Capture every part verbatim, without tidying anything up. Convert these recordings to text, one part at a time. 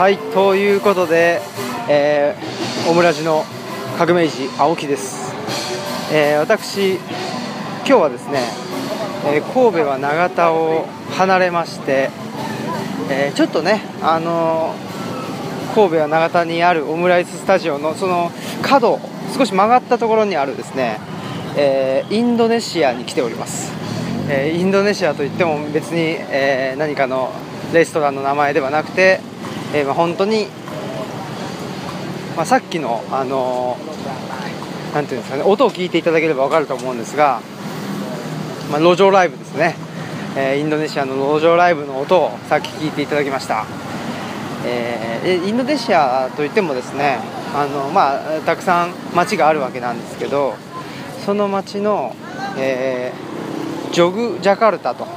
はい、ということで、えー、オムラジの革命児青木です。えー、私今日はですね、えー、神戸は長田を離れまして、えー、ちょっとね、あのー、神戸は長田にあるオムライススタジオのその角少し曲がったところにあるですね、えー、インドネシアに来ております。えー、インドネシアといっても別に、えー、何かのレストランの名前ではなくて、えーまあ、本当に、まあ、さっきの、あのー、なんていうんですかね、音を聞いていただければ分かると思うんですが、まあ、路上ライブですね、えー、インドネシアの路上ライブの音をさっき聞いていただきました。えー、インドネシアといってもですね、あの、まあ、たくさん街があるわけなんですけど、その街の、えー、ジョグジャカルタと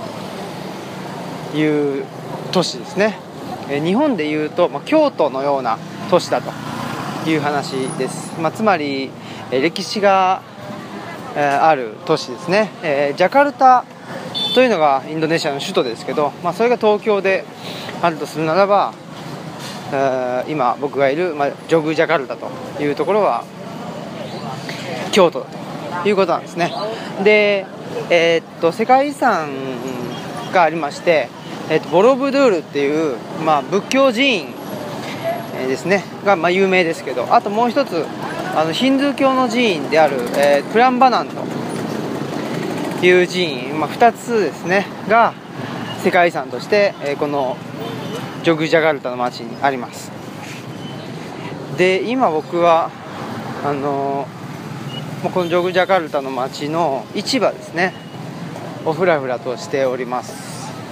いう都市ですね。えー、日本でいうと、まあ、京都のような都市だという話です。まあ、つまり、えー、歴史が、えー、ある都市ですね。えー、ジャカルタというのがインドネシアの首都ですけど、まあ、それが東京であるとするならば、えー、今僕がいる、まあ、ジョグジャカルタというところは京都だということなんですね。で、えー、っと世界遺産がありまして、えー、っとボロブドゥールっていう、まあ、仏教寺院、えー、ですねが、まあ、有名ですけど、あともう一つあのヒンドゥー教の寺院である、えー、プランバナンという寺院、まあ、ふたつですねが世界遺産として、えー、このジョグジャカルタの街にあります。で、今僕はあのー、このジョグジャカルタの街の市場ですねをふらふらとしております。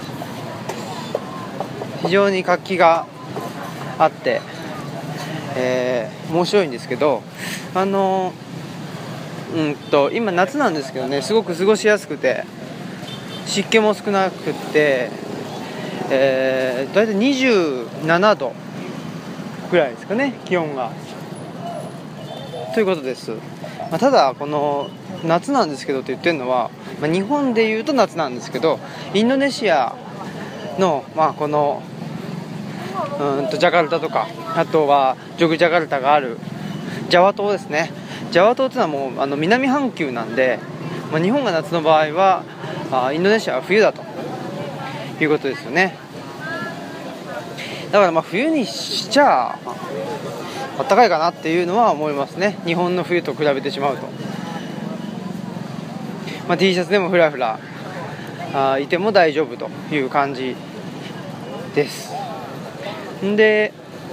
非常に活気があって、えー、面白いんですけど、あのー、うんと今夏なんですけどね、すごく過ごしやすくて湿気も少なくて、えー、だいたいにじゅうななどぐらいですかね、気温がということです。まあ、ただこの夏なんですけどと言ってるのは、まあ、日本でいうと夏なんですけど、インドネシアの、まあ、このうんとジャカルタとか、あとはジョグジャカルタがあるジャワ島ですね。ジャワ島というのはもうあの南半球なんで、まあ、日本が夏の場合はあインドネシアは冬だということですよね。だからまあ冬にしちゃあったかいかなっていうのは思いますね。日本の冬と比べてしまうと、まあ、T シャツでもフラフラあいても大丈夫という感じです。で、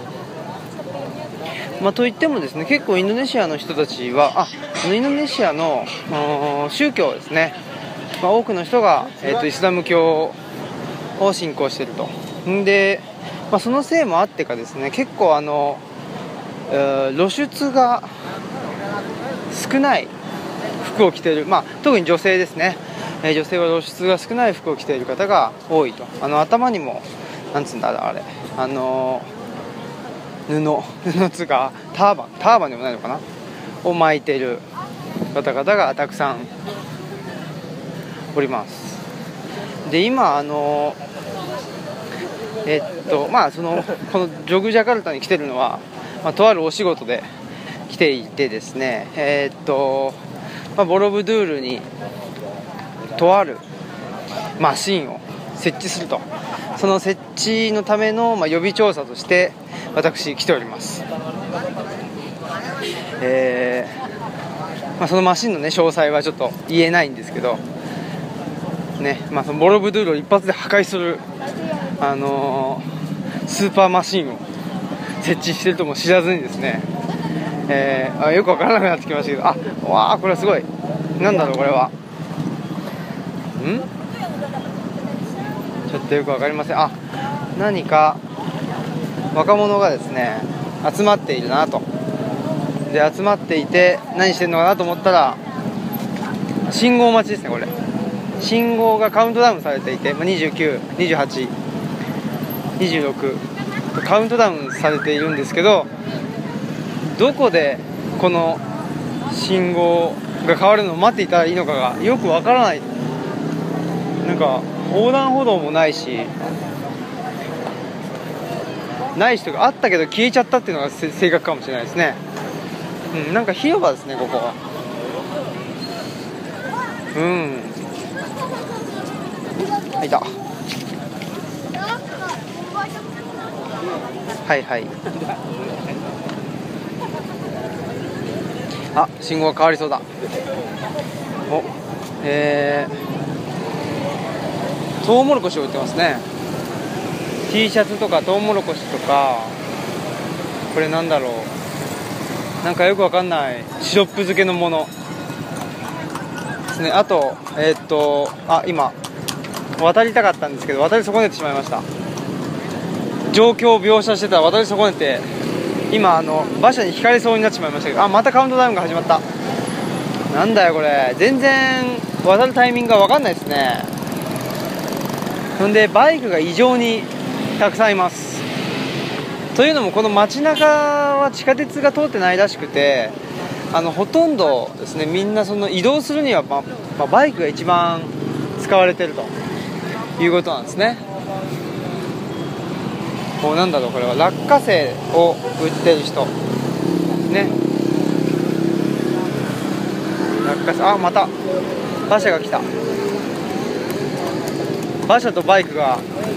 まあ、といってもですね、結構インドネシアの人たちはあインドネシアの宗教ですね、まあ、多くの人が、えーと、イスラム教を信仰していると。で、まあ、そのせいもあってかですね、結構あの、えー、露出が少ない服を着ている、まあ、特に女性ですね、えー、女性は露出が少ない服を着ている方が多いと。あの頭にもなんつうんだあれあの布布つがターバンターバンでもないのかなを巻いている方々がたくさんおります。で、今あのえっとまあそのこのジョグジャカルタに来てるのは、まあ、とあるお仕事で来ていてですね、えっと、まあ、ボロブドゥールにとあるマシンを設置すると。その設置のための、まあ、予備調査として私来ております。えーまあ、そのマシンの、ね、詳細はちょっと言えないんですけどね、まあ、そのボロブドゥールを一発で破壊する、あのー、スーパーマシンを設置してるとも知らずにですね、えー、あよくわからなくなってきましたけど、あわあこれはすごい、なんだろうこれは、んちょっとよくわかりません。あ、何か若者がですね集まっているなと。で、集まっていて何してるのかなと思ったら信号待ちですね。これ信号がカウントダウンされていて、にじゅうきゅう、にじゅうはち、にじゅうろくとカウントダウンされているんですけど、どこでこの信号が変わるのを待っていたらいいのかがよくわからない。なんか横断歩道もないし、 ない人があったけど消えちゃったっていうのが正確かもしれないですね。うん、なんか広場ですねここ。うん、いた。はいはい。あ、信号が変わりそうだ。お、えー、トウモロコシを売ってますね。 T シャツとかトウモロコシとか、これなんだろう、なんかよくわかんないシロップ漬けのものですね。あとえー、っとあ今渡りたかったんですけど渡り損ねてしまいました。状況を描写してたら渡り損ねて、今あの馬車にひかれそうになってしまいましたけど、あ、またカウントダウンが始まった。なんだよこれ、全然渡るタイミングが分かんないですね。そんでバイクが異常にたくさんいます。というのもこの街中は地下鉄が通ってないらしくて、あのほとんどですね、みんなその移動するには、ままあ、バイクが一番使われてるということなんですね。もうなんだろう、これは落花生を売ってる人ね。落花生、あ、また馬車が来た。馬車とバイクが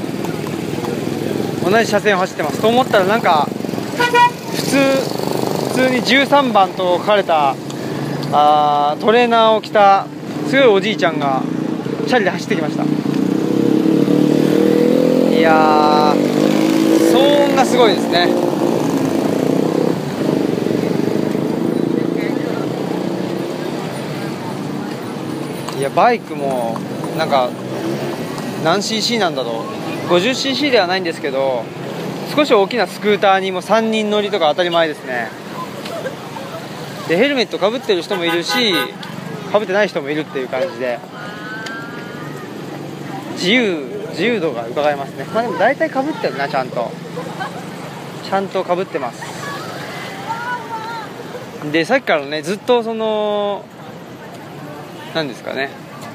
同じ車線を走ってます。と思ったらなんか普通普通にじゅうさんばんと書かれたあートレーナーを着た強いおじいちゃんがチャリで走ってきました。いやー、騒音がすごいですね。いやバイクもなんか何 シーシー なんだろう、 ごじゅっシーシー ではないんですけど、少し大きなスクーターにもさんにん乗りとか当たり前ですね。でヘルメットかぶってる人もいるしかぶってない人もいるっていう感じで、自由自由度が伺えますね。まあでも大体かぶってるな、ちゃんとちゃんとかぶってます。でさっきからねずっとその何ですかね、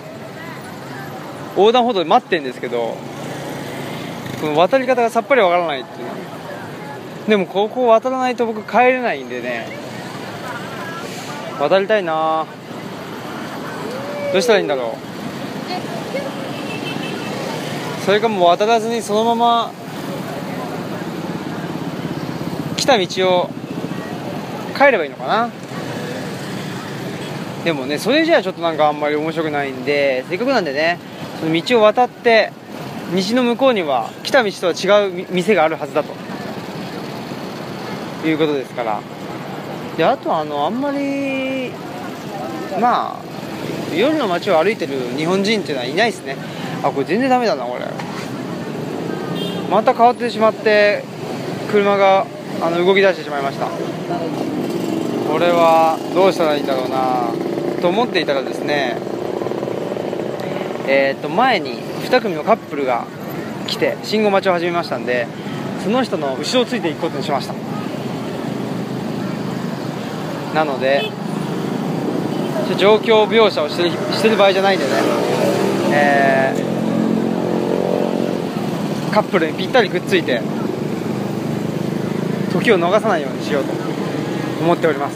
横断歩道で待ってるんですけど、この渡り方がさっぱりわからないっていう。でもここを渡らないと僕帰れないんでね、渡りたいな。どうしたらいいんだろう。それかもう渡らずにそのまま来た道を帰ればいいのかな。でもねそれじゃあちょっとなんかあんまり面白くないんで、せっかくなんでねその道を渡って西の向こうには来た道とは違う店があるはずだということですから。であとあのあんまりまあ夜の街を歩いてる日本人っていうのはいないですね。あ、これ全然ダメだな。これまた変わってしまって車があの動き出してしまいました。これはどうしたらいいんだろうなと思っていたらですね、えー、と前にに組のカップルが来て信号待ちを始めましたんで、その人の後ろをついていくことにしました。なので状況描写をしてる、してる場合じゃないんでね、えー、カップルにぴったりくっついて時を逃さないようにしようと思っております。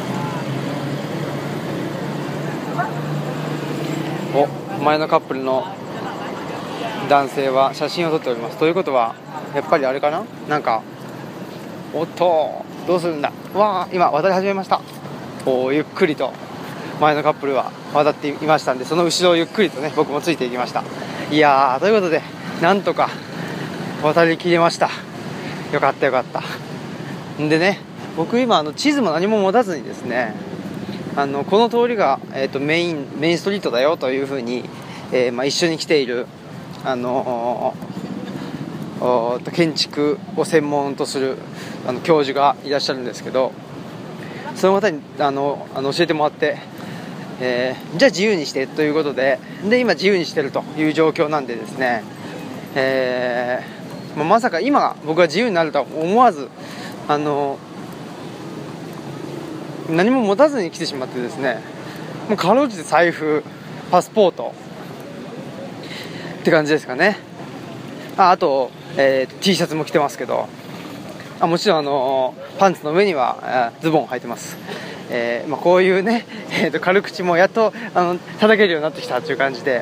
お、前のカップルの男性は写真を撮っております。ということはやっぱりあれかな、なんかおっとどうするんだ。わあ、今渡り始めました。お、ゆっくりと前のカップルは渡っていましたんで、その後ろをゆっくりとね僕もついていきました。いやー、ということでなんとか渡りきれました。よかったよかった。んでね、僕今あの地図も何も持たずにですね、あのこの通りが、えー、とメインメインストリートだよというふうに、えーまあ、一緒に来ているあのー、建築を専門とするあの教授がいらっしゃるんですけど、その方にあのあの教えてもらって、えー、じゃあ自由にしてということで、で今自由にしてるという状況なんでですね、えーまあ、まさか今僕が自由になるとは思わず、あの何も持たずに来てしまってですね、もうかろうじて財布、パスポートって感じですかね。あ, あと、えー、T シャツも着てますけど、 あもちろんあのパンツの上にはズボンを履いてます。えーまあ、こういうね、えー、と軽口もやっとあの叩けるようになってきたという感じ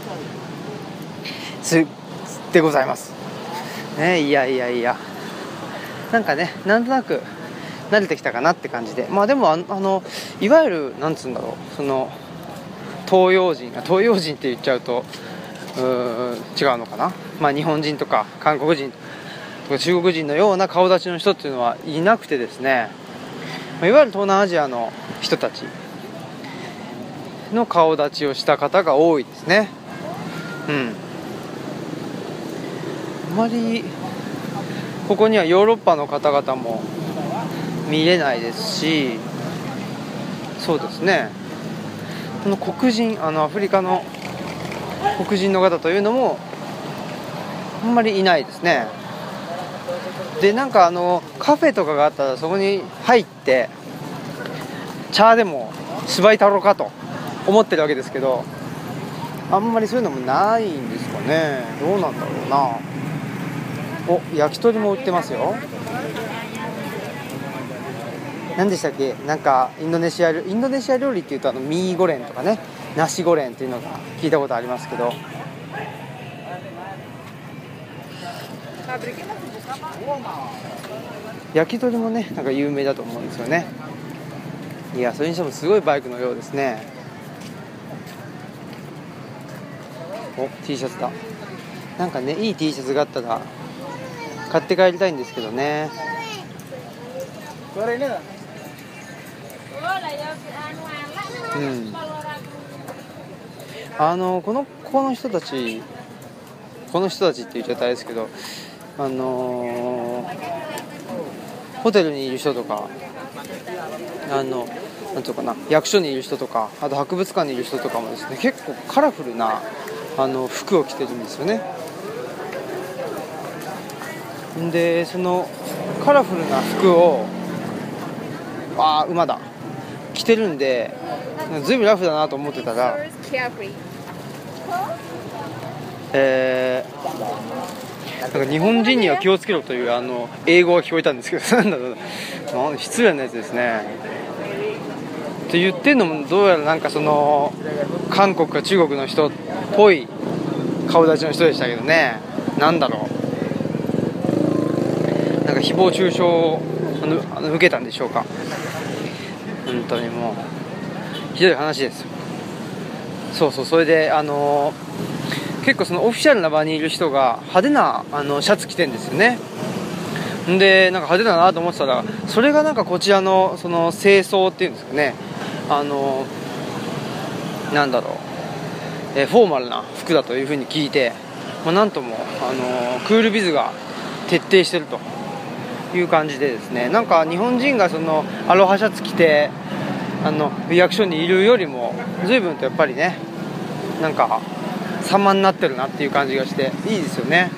ですでございます、ね、いやいやいやなんかねなんとなく慣れてきたかなって感じで、まあでもあの、あのいわゆるなんつうんだろう、その東洋人東洋人って言っちゃうとうーん違うのかな、まあ、日本人とか韓国人とか中国人のような顔立ちの人っていうのはいなくてですね、いわゆる東南アジアの人たちの顔立ちをした方が多いですね。うんあまりここにはヨーロッパの方々も見れないですし、そうですね、この黒人あのアフリカの黒人の方というのもあんまりいないですね。でなんかあのカフェとかがあったらそこに入って茶でも芝居太郎かと思ってるわけですけど、あんまりそういうのもないんですかね。どうなんだろうな。お焼き鳥も売ってますよ。何でしたっけ、なんかインドネシアインドネシア料理っていうとあのミーゴレンとかねナシゴレンっていうのが聞いたことありますけど、焼き鳥もねなんか有名だと思うんですよね。いやそれにしてもすごいバイクのようですね。お T シャツだ。なんかねいい T シャツがあったら買って帰りたいんですけどね。うん、あのこのこの人たちこの人たちって言っちゃったらあれですけど、あのー、ホテルにいる人とかあのなんていうかな役所にいる人とかあと博物館にいる人とかもですね結構カラフルなあの服を着てるんですよね。でそのカラフルな服をあー馬だ着てるんでずいぶんラフだなと思ってたら、えー、なんか日本人には気をつけろというあの英語が聞こえたんですけどなんだろう失礼なやつですね。って言ってんのもどうやらなんかその韓国か中国の人っぽい顔立ちの人でしたけどね。なんだろうなんか誹謗中傷をあの受けたんでしょうか。本当にもうひどい話ですよ。そうそうそれであのー、結構そのオフィシャルな場にいる人が派手なあのシャツ着てんですよね。んでなんか派手だなと思ってたらそれがなんかこちらのその清掃っていうんですかね、あのー、なんだろう、えー、フォーマルな服だというふうに聞いて、まあ、なんとも、あのー、クールビズが徹底してるという感じでですね、なんか日本人がそのアロハシャツ着てあの役所にいるよりも随分とやっぱりねなんか様になってるなっていう感じがしていいですよね。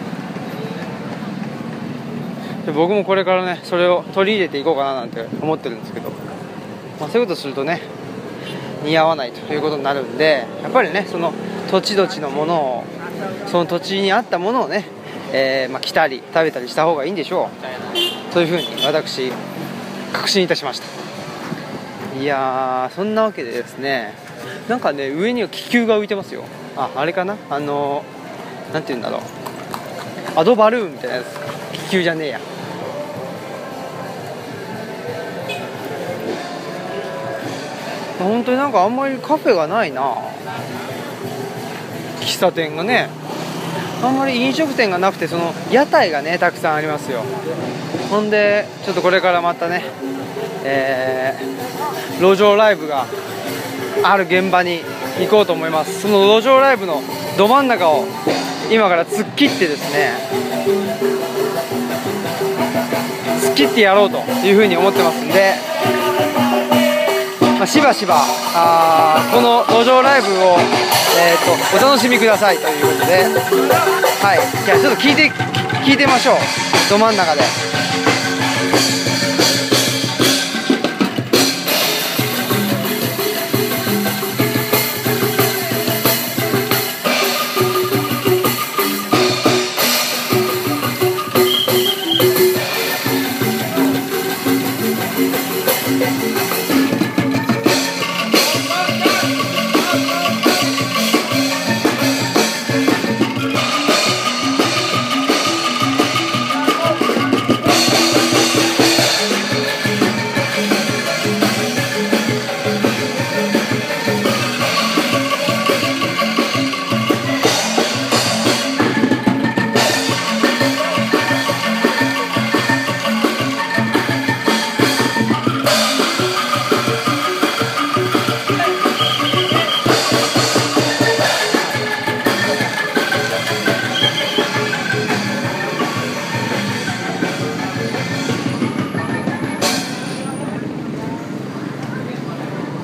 で僕もこれからねそれを取り入れていこうかななんて思ってるんですけど、まあ、そういうことするとね似合わないということになるんで、やっぱりねその土地土地のものをその土地に合ったものをね、えーまあ、着たり食べたりした方がいいんでしょう。そういうふうに私確信いたしました。いやーそんなわけでですね、なんかね上には気球が浮いてますよ。あ、あれかな、あのなんて言うんだろう、アドバルーンみたいなやつ、気球じゃねえや。本当になんかあんまりカフェがないな、喫茶店がねあんまり飲食店がなくて、その屋台がねたくさんありますよ。ほんでちょっとこれからまたね、えー、路上ライブがある現場に行こうと思います。その路上ライブのど真ん中を今から突っ切ってですね突っ切ってやろうというふうに思ってますんで、まあ、しばしばあこの路上ライブを、えー、とお楽しみくださいということで、はい、じゃあちょっと聞いて聞いてみましょう。ど真ん中で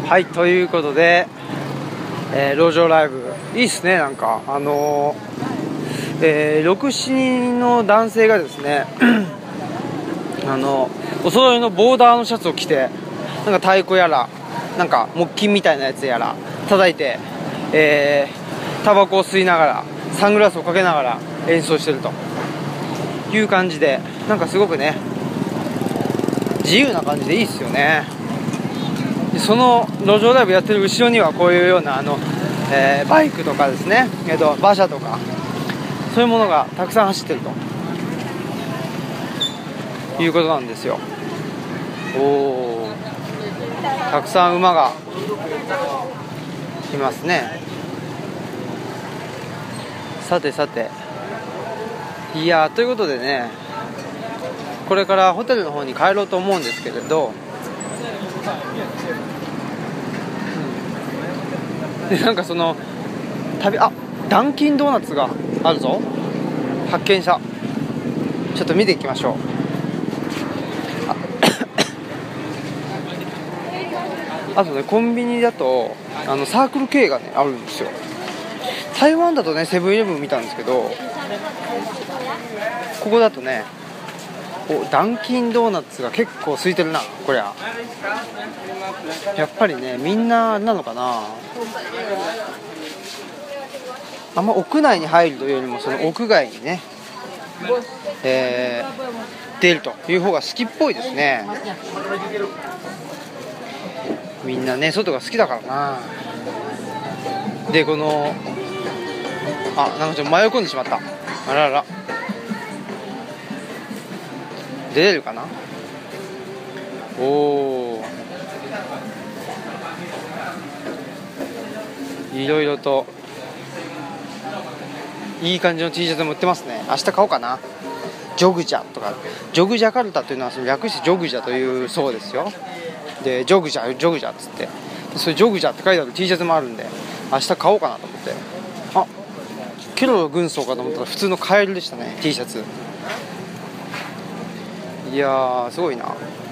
はい、ということで、えー、路上ライブいいっすね。なんかあのーえー、ろく、しちにんの男性がですねあのお揃いのボーダーのシャツを着て、なんか太鼓やらなんか木琴みたいなやつやら叩いて、えー、タバコを吸いながらサングラスをかけながら演奏してるという感じで、なんかすごくね自由な感じでいいっすよね。でその路上ライブやってる後ろにはこういうようなあの、えー、バイクとかですね、えーと、馬車とかそういうものがたくさん走ってるということなんですよ。おー、たくさん馬がいますね。さてさて、いやー、ということでね、これからホテルの方に帰ろうと思うんですけれど、でなんかその旅あダンキンドーナツがあるぞ、発見した。ちょっと見ていきましょう。あ, あとね、コンビニだとあのサークル系がねあるんですよ。台湾だとねセブンイレブン見たんですけど、ここだとねおダンキンドーナツが結構空いてるな。こりゃやっぱりねみんななのかな、あんま屋内に入るというよりもその屋外にね、えー、出るという方が好きっぽいですね。みんなね外が好きだからな。でこのあなんかちょっと迷い込んでしまった。あらら、出れるかな。おー、いろいろといい感じの T シャツも売ってますね。明日買おうかな。ジョグジャとか、ジョグジャカルタというのはその略してジョグジャというそうですよ。でジョグジャジョグジャっつって、それジョグジャって書いてある T シャツもあるんで、明日買おうかなと思って。あ、ケロロ軍曹かと思ったら普通のカエルでしたね、 T シャツ。いやーすごいな、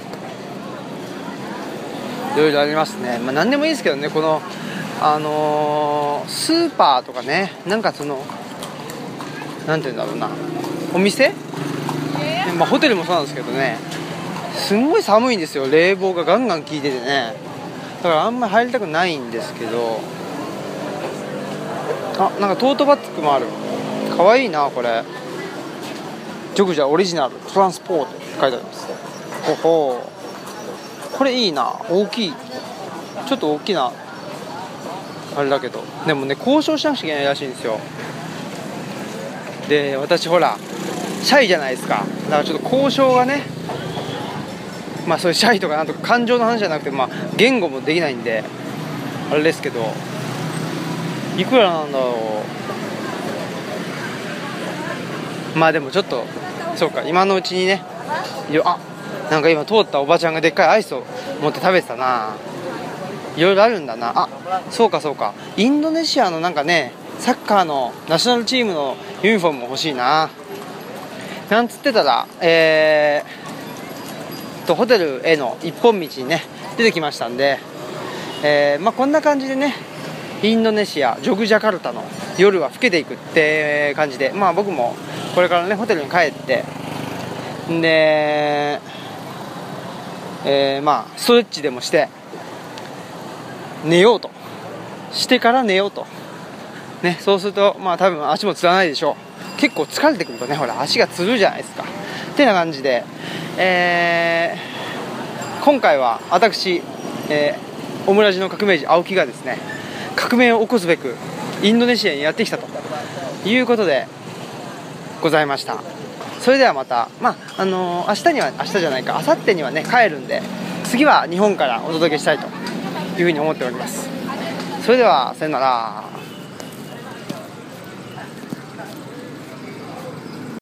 いろいろありますね。まあ何でもいいですけどね、このあのー、スーパーとかね、なんかそのなんていうんだろうな、お店、まあ、ホテルもそうなんですけどね、すんごい寒いんですよ。冷房がガンガン効いててね、だからあんまり入りたくないんですけど、あ、なんかトートバッグもある。かわいいなこれ。ジョグジャオリジナルトランスポートって書いてあります。ほほー、これいいな、大きい、ちょっと大きなあれだけど、でもね交渉しなくちゃいけないらしいんですよ。で私ほらシャイじゃないですか。だからちょっと交渉がね、まあそういうシャイとかなんとか感情の話じゃなくて、まあ言語もできないんであれですけど、いくらなんだろう。まあでもちょっとそうか、今のうちにね、あ、なんか今通ったおばちゃんがでっかいアイスを持って食べてたな。いろいろあるんだな。あ、そうかそうか、インドネシアのなんかねサッカーのナショナルチームのユニフォームも欲しいな。なんつってたら、えー、とホテルへの一本道にね出てきましたんで、えーまあ、こんな感じでねインドネシアジョグジャカルタの夜は更けていくって感じで、まあ僕もこれからねホテルに帰ってで、えー、まあストレッチでもして寝ようとしてから寝ようとね。そうするとまあ多分足もつらないでしょう。結構疲れてくるとね、ほら足がつるじゃないですかってな感じで、えー、今回は私、えー、オムラジの革命児青木がですね革命を起こすべくインドネシアにやってきたということでございました。それではまた、まああのー、明日には明日じゃないか明後日にはね帰るんで、次は日本からお届けしたいというふうに思っております。それではさよなら。